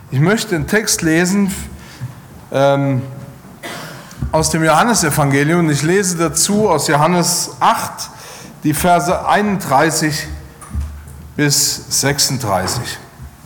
Ich möchte den Text lesen aus dem Johannesevangelium. Ich lese dazu aus Johannes 8, die Verse 31 bis 36.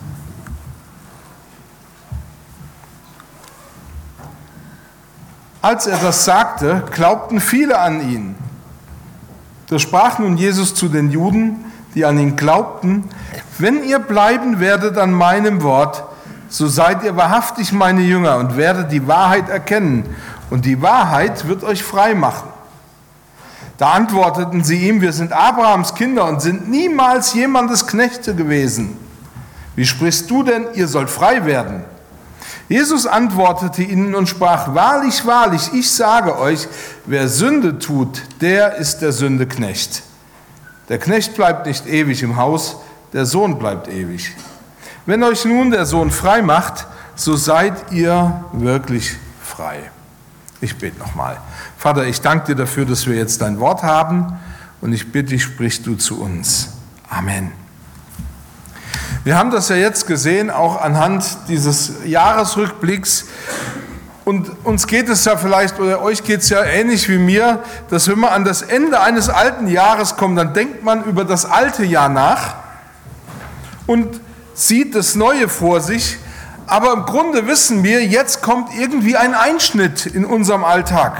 Als er das sagte, glaubten viele an ihn. Da sprach nun Jesus zu den Juden, die an ihn glaubten: Wenn ihr bleiben werdet an meinem Wort, so seid ihr wahrhaftig meine Jünger und werdet die Wahrheit erkennen, und die Wahrheit wird euch frei machen. Da antworteten sie ihm: Wir sind Abrahams Kinder und sind niemals jemandes Knechte gewesen. Wie sprichst du denn, ihr sollt frei werden? Jesus antwortete ihnen und sprach: Wahrlich, wahrlich, ich sage euch, wer Sünde tut, der ist der Sünde Knecht. Der Knecht bleibt nicht ewig im Haus, der Sohn bleibt ewig. Wenn euch nun der Sohn frei macht, so seid ihr wirklich frei. Ich bete nochmal. Vater, ich danke dir dafür, dass wir jetzt dein Wort haben, und ich bitte dich, sprich du zu uns. Amen. Wir haben das ja jetzt gesehen, auch anhand dieses Jahresrückblicks. Und uns geht es ja vielleicht, oder euch geht es ja ähnlich wie mir, dass wenn man an das Ende eines alten Jahres kommt, dann denkt man über das alte Jahr nach und sieht das Neue vor sich. Aber im Grunde wissen wir, jetzt kommt irgendwie ein Einschnitt in unserem Alltag.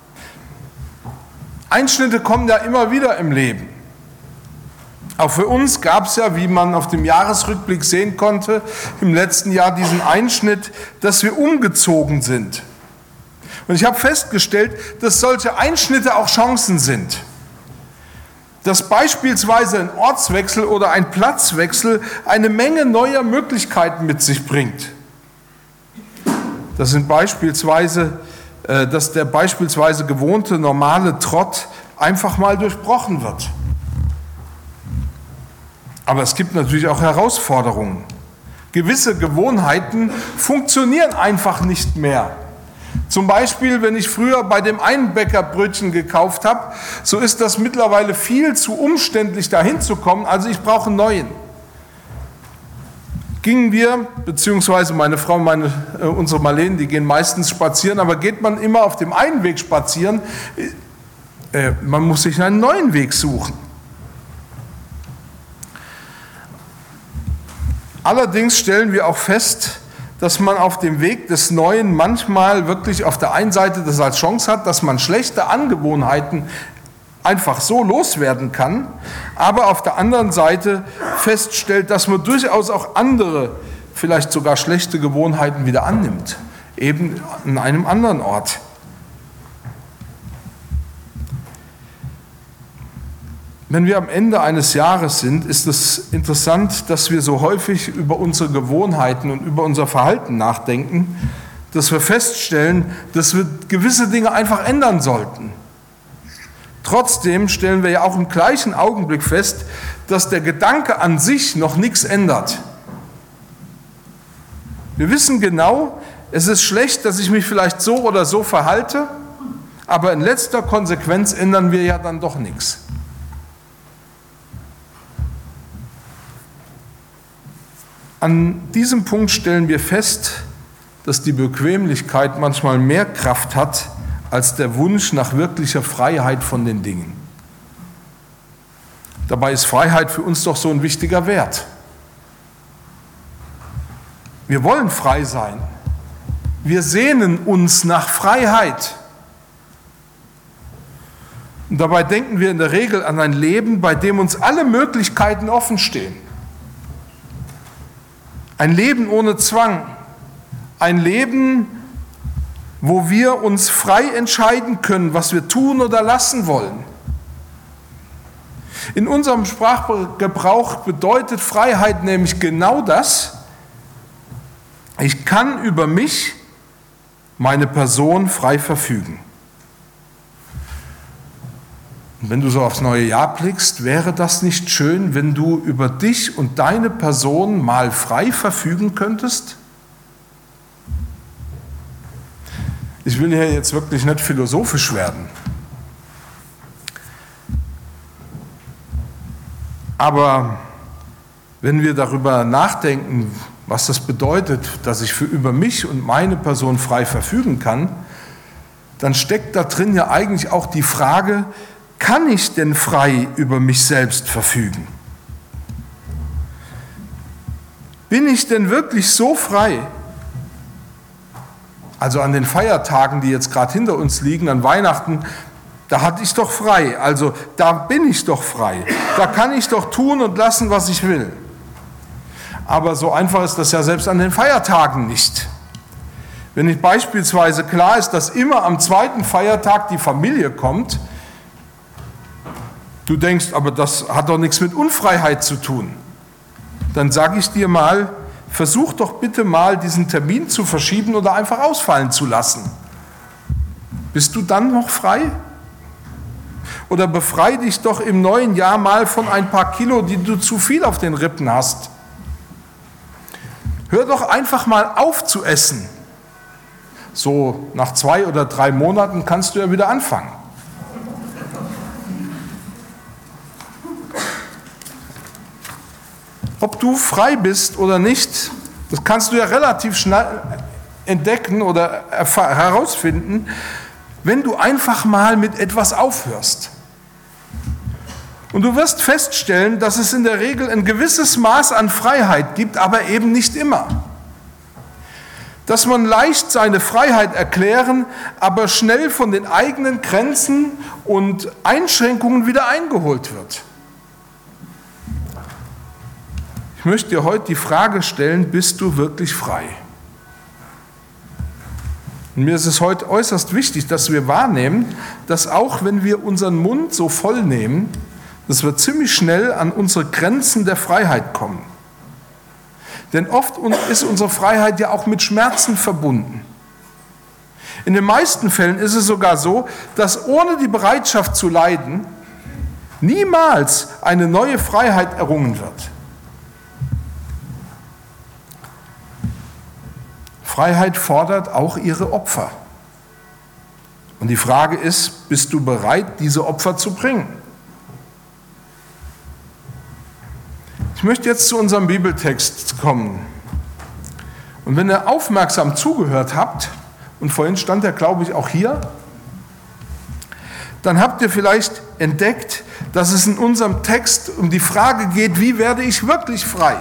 Einschnitte kommen ja immer wieder im Leben. Auch für uns gab es ja, wie man auf dem Jahresrückblick sehen konnte, im letzten Jahr diesen Einschnitt, dass wir umgezogen sind. Und ich habe festgestellt, dass solche Einschnitte auch Chancen sind. Dass beispielsweise ein Ortswechsel oder ein Platzwechsel eine Menge neuer Möglichkeiten mit sich bringt. Das sind beispielsweise, dass der beispielsweise gewohnte, normale Trott einfach mal durchbrochen wird. Aber es gibt natürlich auch Herausforderungen. Gewisse Gewohnheiten funktionieren einfach nicht mehr. Zum Beispiel, wenn ich früher bei dem einen Bäcker Brötchen gekauft habe, so ist das mittlerweile viel zu umständlich, dahin zu kommen, also ich brauche einen neuen. Gingen wir, beziehungsweise meine Frau, unsere Marlene, die gehen meistens spazieren, aber geht man immer auf dem einen Weg spazieren, man muss sich einen neuen Weg suchen. Allerdings stellen wir auch fest, dass man auf dem Weg des Neuen manchmal wirklich auf der einen Seite das als Chance hat, dass man schlechte Angewohnheiten einfach so loswerden kann, aber auf der anderen Seite feststellt, dass man durchaus auch andere, vielleicht sogar schlechte Gewohnheiten wieder annimmt, eben an einem anderen Ort. Wenn wir am Ende eines Jahres sind, ist es interessant, dass wir so häufig über unsere Gewohnheiten und über unser Verhalten nachdenken, dass wir feststellen, dass wir gewisse Dinge einfach ändern sollten. Trotzdem stellen wir ja auch im gleichen Augenblick fest, dass der Gedanke an sich noch nichts ändert. Wir wissen genau, es ist schlecht, dass ich mich vielleicht so oder so verhalte, aber in letzter Konsequenz ändern wir ja dann doch nichts. An diesem Punkt stellen wir fest, dass die Bequemlichkeit manchmal mehr Kraft hat als der Wunsch nach wirklicher Freiheit von den Dingen. Dabei ist Freiheit für uns doch so ein wichtiger Wert. Wir wollen frei sein. Wir sehnen uns nach Freiheit. Und dabei denken wir in der Regel an ein Leben, bei dem uns alle Möglichkeiten offen stehen. Ein Leben ohne Zwang, ein Leben, wo wir uns frei entscheiden können, was wir tun oder lassen wollen. In unserem Sprachgebrauch bedeutet Freiheit nämlich genau das: Ich kann über mich, meine Person, frei verfügen. Und wenn du so aufs neue Jahr blickst, wäre das nicht schön, wenn du über dich und deine Person mal frei verfügen könntest? Ich will hier jetzt wirklich nicht philosophisch werden. Aber wenn wir darüber nachdenken, was das bedeutet, dass ich über mich und meine Person frei verfügen kann, dann steckt da drin ja eigentlich auch die Frage, kann ich denn frei über mich selbst verfügen? Bin ich denn wirklich so frei? Also an den Feiertagen, die jetzt gerade hinter uns liegen, an Weihnachten, da hatte ich doch frei, also da bin ich doch frei. Da kann ich doch tun und lassen, was ich will. Aber so einfach ist das ja selbst an den Feiertagen nicht. Wenn nicht beispielsweise klar ist, dass immer am zweiten Feiertag die Familie kommt, du denkst, aber das hat doch nichts mit Unfreiheit zu tun. Dann sage ich dir mal, versuch doch bitte mal, diesen Termin zu verschieben oder einfach ausfallen zu lassen. Bist du dann noch frei? Oder befrei dich doch im neuen Jahr mal von ein paar Kilo, die du zu viel auf den Rippen hast. Hör doch einfach mal auf zu essen. So nach 2 oder 3 Monaten kannst du ja wieder anfangen. Ob du frei bist oder nicht, das kannst du ja relativ schnell entdecken oder herausfinden, wenn du einfach mal mit etwas aufhörst. Und du wirst feststellen, dass es in der Regel ein gewisses Maß an Freiheit gibt, aber eben nicht immer. Dass man leicht seine Freiheit erklären, aber schnell von den eigenen Grenzen und Einschränkungen wieder eingeholt wird. Ich möchte dir heute die Frage stellen, bist du wirklich frei? Und mir ist es heute äußerst wichtig, dass wir wahrnehmen, dass auch wenn wir unseren Mund so voll nehmen, dass wir ziemlich schnell an unsere Grenzen der Freiheit kommen. Denn oft ist unsere Freiheit ja auch mit Schmerzen verbunden. In den meisten Fällen ist es sogar so, dass ohne die Bereitschaft zu leiden niemals eine neue Freiheit errungen wird. Freiheit fordert auch ihre Opfer. Und die Frage ist, bist du bereit, diese Opfer zu bringen? Ich möchte jetzt zu unserem Bibeltext kommen. Und wenn ihr aufmerksam zugehört habt, und vorhin stand er, glaube ich, auch hier, dann habt ihr vielleicht entdeckt, dass es in unserem Text um die Frage geht, wie werde ich wirklich frei?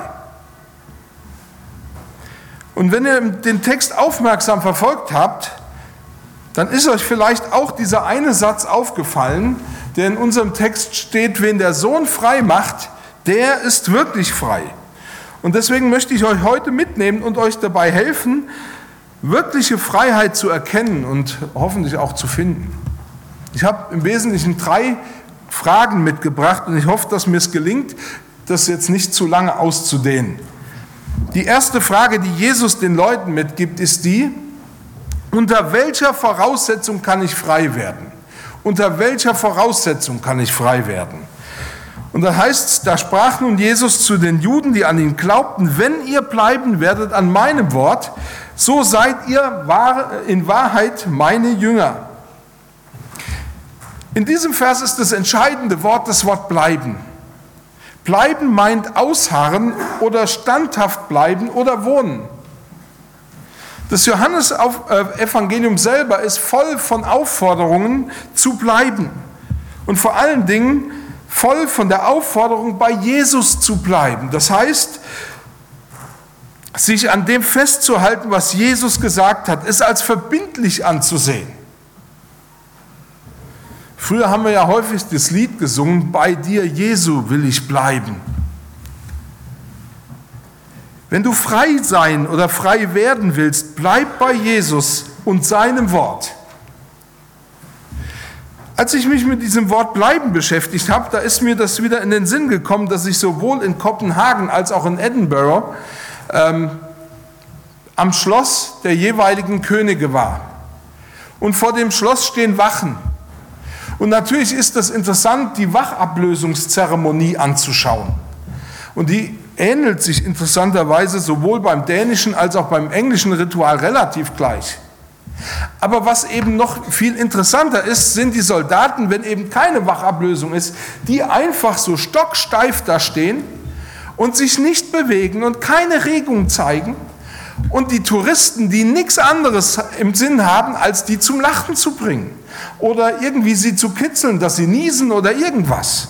Und wenn ihr den Text aufmerksam verfolgt habt, dann ist euch vielleicht auch dieser eine Satz aufgefallen, der in unserem Text steht, wen der Sohn frei macht, der ist wirklich frei. Und deswegen möchte ich euch heute mitnehmen und euch dabei helfen, wirkliche Freiheit zu erkennen und hoffentlich auch zu finden. Ich habe im Wesentlichen 3 Fragen mitgebracht und ich hoffe, dass mir es gelingt, das jetzt nicht zu lange auszudehnen. Die erste Frage, die Jesus den Leuten mitgibt, ist die: Unter welcher Voraussetzung kann ich frei werden? Unter welcher Voraussetzung kann ich frei werden? Und da heißt es, da sprach nun Jesus zu den Juden, die an ihn glaubten: Wenn ihr bleiben werdet an meinem Wort, so seid ihr in Wahrheit meine Jünger. In diesem Vers ist das entscheidende Wort das Wort bleiben. Bleiben meint ausharren oder standhaft bleiben oder wohnen. Das Johannes-Evangelium selber ist voll von Aufforderungen zu bleiben und vor allen Dingen voll von der Aufforderung, bei Jesus zu bleiben. Das heißt, sich an dem festzuhalten, was Jesus gesagt hat, ist als verbindlich anzusehen. Früher haben wir ja häufig das Lied gesungen, bei dir, Jesu, will ich bleiben. Wenn du frei sein oder frei werden willst, bleib bei Jesus und seinem Wort. Als ich mich mit diesem Wort bleiben beschäftigt habe, da ist mir das wieder in den Sinn gekommen, dass ich sowohl in Kopenhagen als auch in Edinburgh am Schloss der jeweiligen Könige war. Und vor dem Schloss stehen Wachen. Und natürlich ist es interessant, die Wachablösungszeremonie anzuschauen. Und die ähnelt sich interessanterweise sowohl beim dänischen als auch beim englischen Ritual relativ gleich. Aber was eben noch viel interessanter ist, sind die Soldaten, wenn eben keine Wachablösung ist, die einfach so stocksteif da stehen und sich nicht bewegen und keine Regung zeigen, und die Touristen, die nichts anderes im Sinn haben, als die zum Lachen zu bringen oder irgendwie sie zu kitzeln, dass sie niesen oder irgendwas.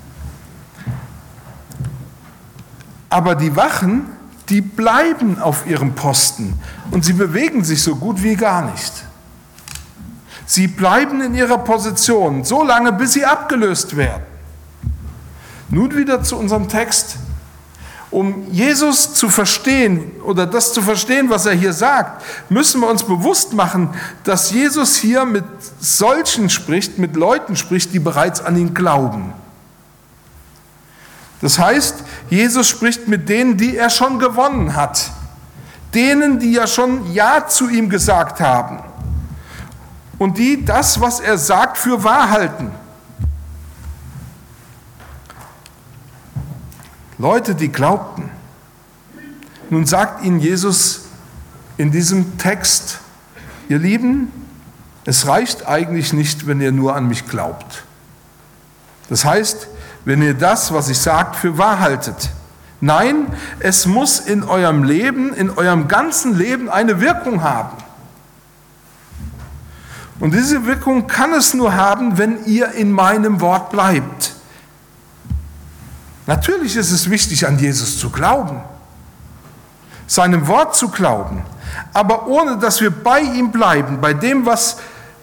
Aber die Wachen, die bleiben auf ihrem Posten und sie bewegen sich so gut wie gar nicht. Sie bleiben in ihrer Position, so lange, bis sie abgelöst werden. Nun wieder zu unserem Text. Um Jesus zu verstehen oder das zu verstehen, was er hier sagt, müssen wir uns bewusst machen, dass Jesus hier mit solchen spricht, mit Leuten spricht, die bereits an ihn glauben. Das heißt, Jesus spricht mit denen, die er schon gewonnen hat, denen, die ja schon Ja zu ihm gesagt haben und die das, was er sagt, für wahr halten. Leute, die glaubten. Nun sagt ihnen Jesus in diesem Text, ihr Lieben, es reicht eigentlich nicht, wenn ihr nur an mich glaubt. Das heißt, wenn ihr das, was ich sage, für wahr haltet. Nein, es muss in eurem Leben, in eurem ganzen Leben eine Wirkung haben. Und diese Wirkung kann es nur haben, wenn ihr in meinem Wort bleibt. Natürlich ist es wichtig, an Jesus zu glauben, seinem Wort zu glauben, aber ohne dass wir bei ihm bleiben, bei dem, was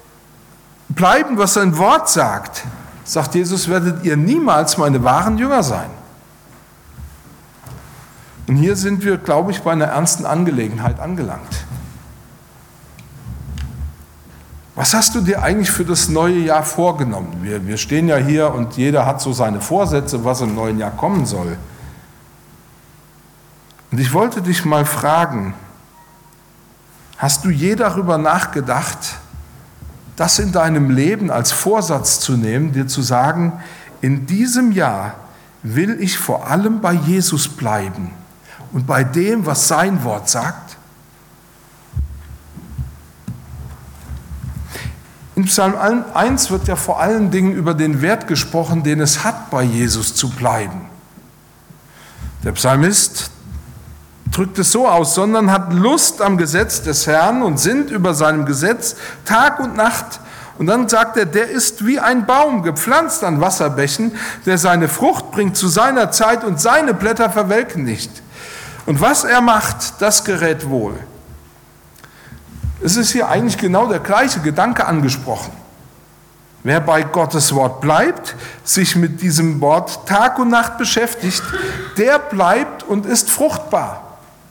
sein Wort sagt, sagt Jesus, werdet ihr niemals meine wahren Jünger sein. Und hier sind wir, glaube ich, bei einer ernsten Angelegenheit angelangt. Was hast du dir eigentlich für das neue Jahr vorgenommen? Wir stehen ja hier und jeder hat so seine Vorsätze, was im neuen Jahr kommen soll. Und ich wollte dich mal fragen, hast du je darüber nachgedacht, das in deinem Leben als Vorsatz zu nehmen, dir zu sagen, in diesem Jahr will ich vor allem bei Jesus bleiben und bei dem, was sein Wort sagt? In Psalm 1 wird ja vor allen Dingen über den Wert gesprochen, den es hat, bei Jesus zu bleiben. Der Psalmist drückt es so aus, sondern hat Lust am Gesetz des Herrn und sinnt über seinem Gesetz Tag und Nacht. Und dann sagt er, der ist wie ein Baum, gepflanzt an Wasserbächen, der seine Frucht bringt zu seiner Zeit und seine Blätter verwelken nicht. Und was er macht, das gerät wohl. Es ist hier eigentlich genau der gleiche Gedanke angesprochen. Wer bei Gottes Wort bleibt, sich mit diesem Wort Tag und Nacht beschäftigt, der bleibt und ist fruchtbar.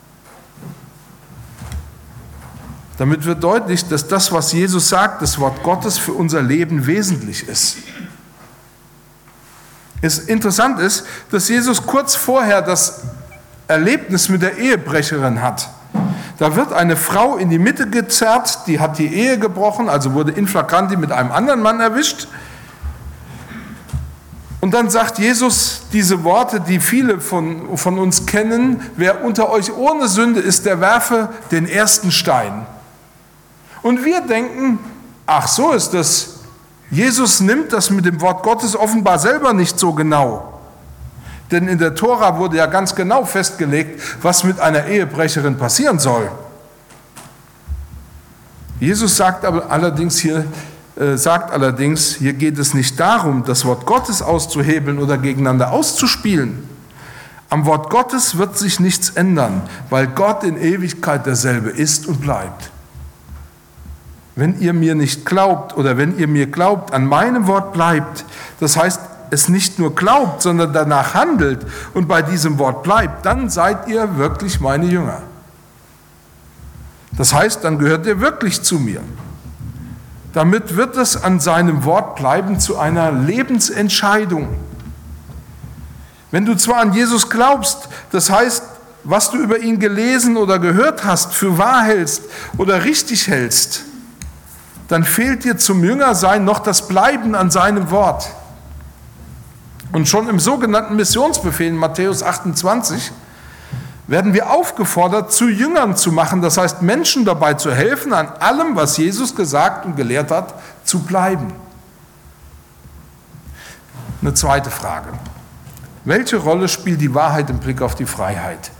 Damit wird deutlich, dass das, was Jesus sagt, das Wort Gottes für unser Leben wesentlich ist. Interessant ist, dass Jesus kurz vorher das Erlebnis mit der Ehebrecherin hat. Da wird eine Frau in die Mitte gezerrt, die hat die Ehe gebrochen, also wurde in flagranti mit einem anderen Mann erwischt. Und dann sagt Jesus diese Worte, die viele von uns kennen: Wer unter euch ohne Sünde ist, der werfe den ersten Stein. Und wir denken, ach, so ist das. Jesus nimmt das mit dem Wort Gottes offenbar selber nicht so genau. Denn in der Tora wurde ja ganz genau festgelegt, was mit einer Ehebrecherin passieren soll. Jesus sagt allerdings, hier geht es nicht darum, das Wort Gottes auszuhebeln oder gegeneinander auszuspielen. Am Wort Gottes wird sich nichts ändern, weil Gott in Ewigkeit derselbe ist und bleibt. Wenn ihr mir nicht glaubt oder wenn ihr mir glaubt, an meinem Wort bleibt, das heißt, es nicht nur glaubt, sondern danach handelt und bei diesem Wort bleibt, dann seid ihr wirklich meine Jünger. Das heißt, dann gehört ihr wirklich zu mir. Damit wird es an seinem Wort bleiben zu einer Lebensentscheidung. Wenn du zwar an Jesus glaubst, das heißt, was du über ihn gelesen oder gehört hast, für wahr hältst oder richtig hältst, dann fehlt dir zum Jüngersein noch das Bleiben an seinem Wort. Und schon im sogenannten Missionsbefehl in Matthäus 28 werden wir aufgefordert, zu Jüngern zu machen, das heißt Menschen dabei zu helfen, an allem, was Jesus gesagt und gelehrt hat, zu bleiben. Eine zweite Frage. Welche Rolle spielt die Wahrheit im Blick auf die Freiheit?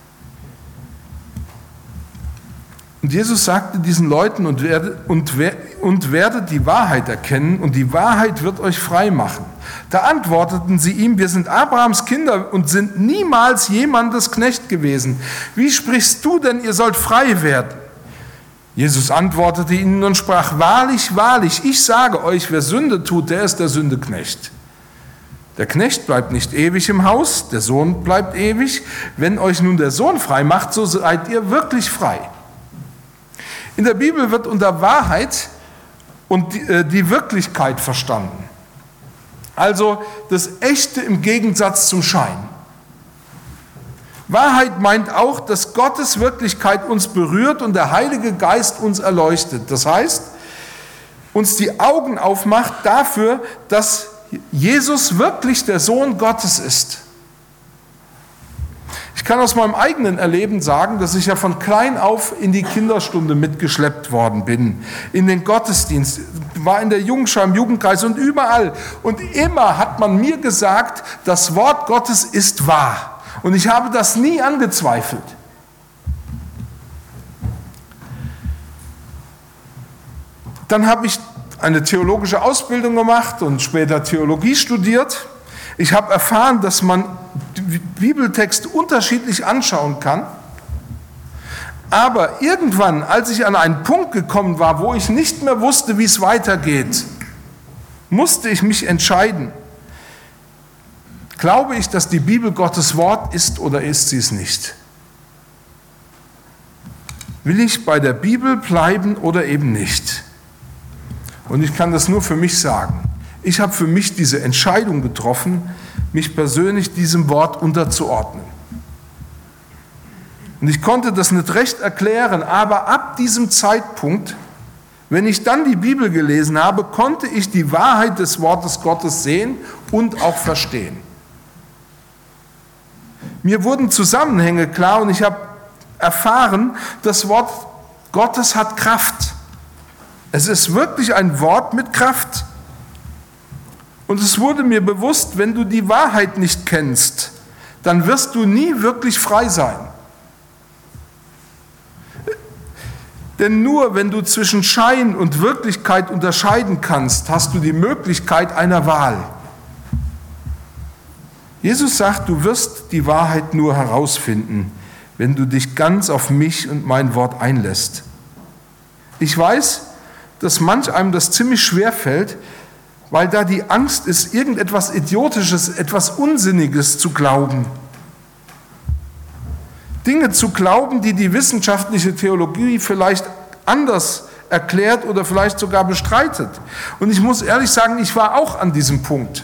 Und Jesus sagte diesen Leuten, und werdet die Wahrheit erkennen, und die Wahrheit wird euch frei machen. Da antworteten sie ihm, wir sind Abrahams Kinder und sind niemals jemandes Knecht gewesen. Wie sprichst du denn, ihr sollt frei werden? Jesus antwortete ihnen und sprach, wahrlich, wahrlich, ich sage euch, wer Sünde tut, der ist der Sündeknecht. Der Knecht bleibt nicht ewig im Haus, der Sohn bleibt ewig. Wenn euch nun der Sohn frei macht, so seid ihr wirklich frei. In der Bibel wird unter Wahrheit und die Wirklichkeit verstanden. Also das Echte im Gegensatz zum Schein. Wahrheit meint auch, dass Gottes Wirklichkeit uns berührt und der Heilige Geist uns erleuchtet. Das heißt, uns die Augen aufmacht dafür, dass Jesus wirklich der Sohn Gottes ist. Ich kann aus meinem eigenen Erleben sagen, dass ich ja von klein auf in die Kinderstunde mitgeschleppt worden bin, in den Gottesdienst, war in der Jungschau, im Jugendkreis und überall. Und immer hat man mir gesagt, das Wort Gottes ist wahr. Und ich habe das nie angezweifelt. Dann habe ich eine theologische Ausbildung gemacht und später Theologie studiert. Ich habe erfahren, dass man Bibeltexte unterschiedlich anschauen kann. Aber irgendwann, als ich an einen Punkt gekommen war, wo ich nicht mehr wusste, wie es weitergeht, musste ich mich entscheiden. Glaube ich, dass die Bibel Gottes Wort ist oder ist sie es nicht? Will ich bei der Bibel bleiben oder eben nicht? Und ich kann das nur für mich sagen. Ich habe für mich diese Entscheidung getroffen, mich persönlich diesem Wort unterzuordnen. Und ich konnte das nicht recht erklären, aber ab diesem Zeitpunkt, wenn ich dann die Bibel gelesen habe, konnte ich die Wahrheit des Wortes Gottes sehen und auch verstehen. Mir wurden Zusammenhänge klar und ich habe erfahren, das Wort Gottes hat Kraft. Es ist wirklich ein Wort mit Kraft. Und es wurde mir bewusst, wenn du die Wahrheit nicht kennst, dann wirst du nie wirklich frei sein. Denn nur wenn du zwischen Schein und Wirklichkeit unterscheiden kannst, hast du die Möglichkeit einer Wahl. Jesus sagt, du wirst die Wahrheit nur herausfinden, wenn du dich ganz auf mich und mein Wort einlässt. Ich weiß, dass manch einem das ziemlich schwer fällt, weil da die Angst ist, irgendetwas Idiotisches, etwas Unsinniges zu glauben. Dinge zu glauben, die die wissenschaftliche Theologie vielleicht anders erklärt oder vielleicht sogar bestreitet. Und ich muss ehrlich sagen, ich war auch an diesem Punkt.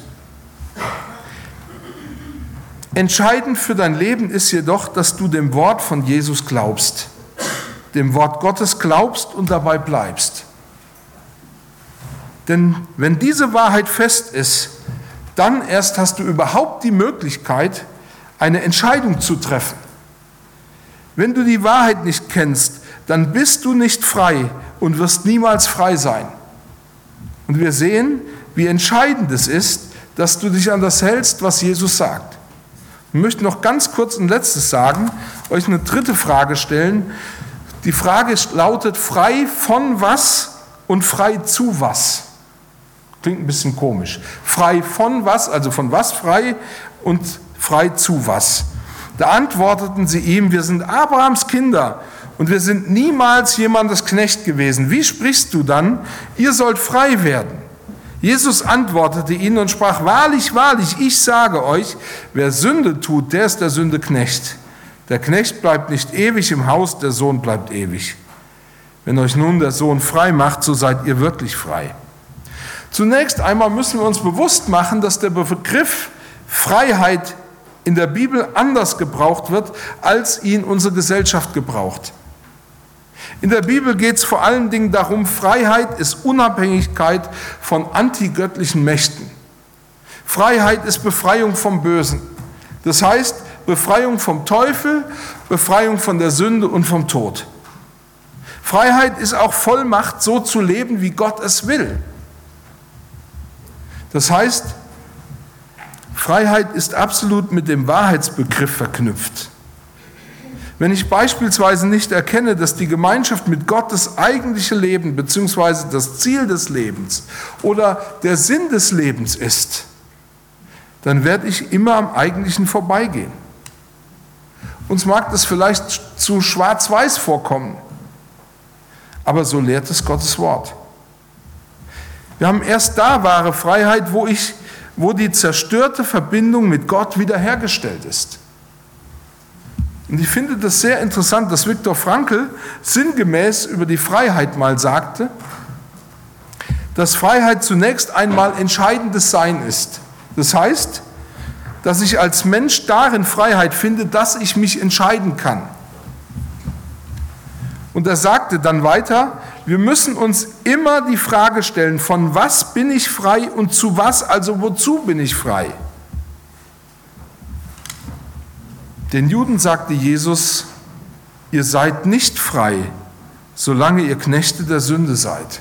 Entscheidend für dein Leben ist jedoch, dass du dem Wort von Jesus glaubst, dem Wort Gottes glaubst und dabei bleibst. Denn wenn diese Wahrheit fest ist, dann erst hast du überhaupt die Möglichkeit, eine Entscheidung zu treffen. Wenn du die Wahrheit nicht kennst, dann bist du nicht frei und wirst niemals frei sein. Und wir sehen, wie entscheidend es ist, dass du dich an das hältst, was Jesus sagt. Ich möchte noch ganz kurz ein letztes sagen, euch eine dritte Frage stellen. Die Frage lautet, frei von was und frei zu was? Klingt ein bisschen komisch. Frei von was, also von was frei und frei zu was? Da antworteten sie ihm, wir sind Abrahams Kinder und wir sind niemals jemandes Knecht gewesen. Wie sprichst du dann, ihr sollt frei werden? Jesus antwortete ihnen und sprach, wahrlich, wahrlich, ich sage euch, wer Sünde tut, der ist der Sündeknecht. Der Knecht bleibt nicht ewig im Haus, der Sohn bleibt ewig. Wenn euch nun der Sohn frei macht, so seid ihr wirklich frei. Zunächst einmal müssen wir uns bewusst machen, dass der Begriff Freiheit in der Bibel anders gebraucht wird, als ihn unsere Gesellschaft gebraucht. In der Bibel geht es vor allen Dingen darum, Freiheit ist Unabhängigkeit von antigöttlichen Mächten. Freiheit ist Befreiung vom Bösen. Das heißt, Befreiung vom Teufel, Befreiung von der Sünde und vom Tod. Freiheit ist auch Vollmacht, so zu leben, wie Gott es will. Das heißt, Freiheit ist absolut mit dem Wahrheitsbegriff verknüpft. Wenn ich beispielsweise nicht erkenne, dass die Gemeinschaft mit Gott das eigentliche Leben bzw. das Ziel des Lebens oder der Sinn des Lebens ist, dann werde ich immer am Eigentlichen vorbeigehen. Uns mag das vielleicht zu schwarz-weiß vorkommen, aber so lehrt es Gottes Wort. Wir haben erst da wahre Freiheit, wo die zerstörte Verbindung mit Gott wiederhergestellt ist. Und ich finde das sehr interessant, dass Viktor Frankl sinngemäß über die Freiheit mal sagte, dass Freiheit zunächst einmal entscheidendes Sein ist. Das heißt, dass ich als Mensch darin Freiheit finde, dass ich mich entscheiden kann. Und er sagte dann weiter, wir müssen uns immer die Frage stellen, von was bin ich frei und zu was, also wozu bin ich frei? Den Juden sagte Jesus, ihr seid nicht frei, solange ihr Knechte der Sünde seid.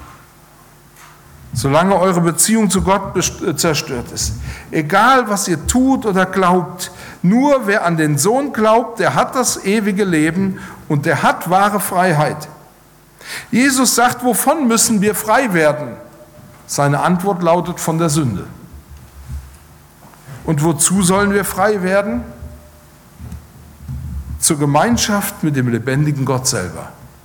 Solange eure Beziehung zu Gott zerstört ist. Egal, was ihr tut oder glaubt, nur wer an den Sohn glaubt, der hat das ewige Leben und der hat wahre Freiheit. Jesus sagt, wovon müssen wir frei werden? Seine Antwort lautet von der Sünde. Und wozu sollen wir frei werden? Zur Gemeinschaft mit dem lebendigen Gott selber.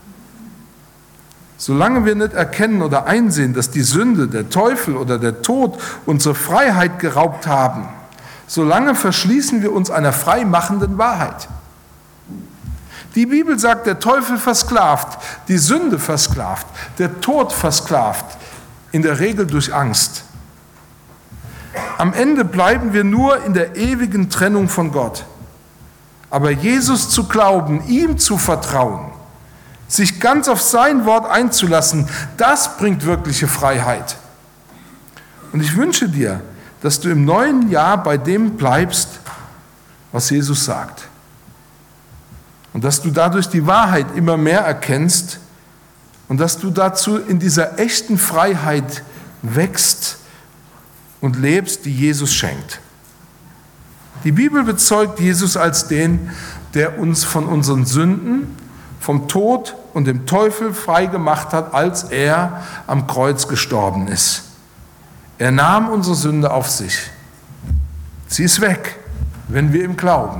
Solange wir nicht erkennen oder einsehen, dass die Sünde, der Teufel oder der Tod unsere Freiheit geraubt haben, solange verschließen wir uns einer freimachenden Wahrheit. Die Bibel sagt, der Teufel versklavt, die Sünde versklavt, der Tod versklavt, in der Regel durch Angst. Am Ende bleiben wir nur in der ewigen Trennung von Gott. Aber Jesus zu glauben, ihm zu vertrauen, sich ganz auf sein Wort einzulassen, das bringt wirkliche Freiheit. Und ich wünsche dir, dass du im neuen Jahr bei dem bleibst, was Jesus sagt. Und dass du dadurch die Wahrheit immer mehr erkennst und dass du dazu in dieser echten Freiheit wächst und lebst, die Jesus schenkt. Die Bibel bezeugt Jesus als den, der uns von unseren Sünden, vom Tod und dem Teufel frei gemacht hat, als er am Kreuz gestorben ist. Er nahm unsere Sünde auf sich. Sie ist weg, wenn wir ihm glauben.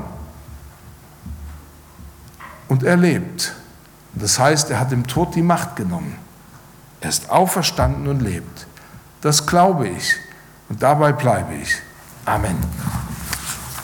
Und er lebt. Das heißt, er hat dem Tod die Macht genommen. Er ist auferstanden und lebt. Das glaube ich. Und dabei bleibe ich. Amen.